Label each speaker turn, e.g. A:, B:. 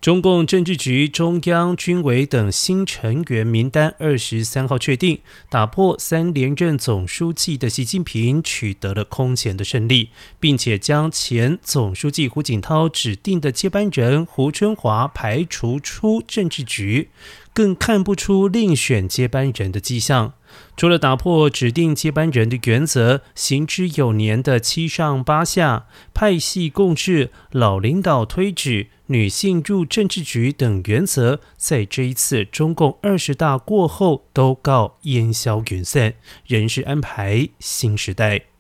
A: 中共政治局、中央军委等新成员名单23号确定，打破3连任总书记的习近平取得了空前的胜利，并且将前总书记胡锦涛指定的接班人胡春华排除出政治局，更看不出另选接班人的迹象。除了打破指定接班人的原则，行之有年的7上8下、派系共治、老领导推举、女性入政治局等原则，在这一次中共20大过后都告烟消云散，人事安排新时代。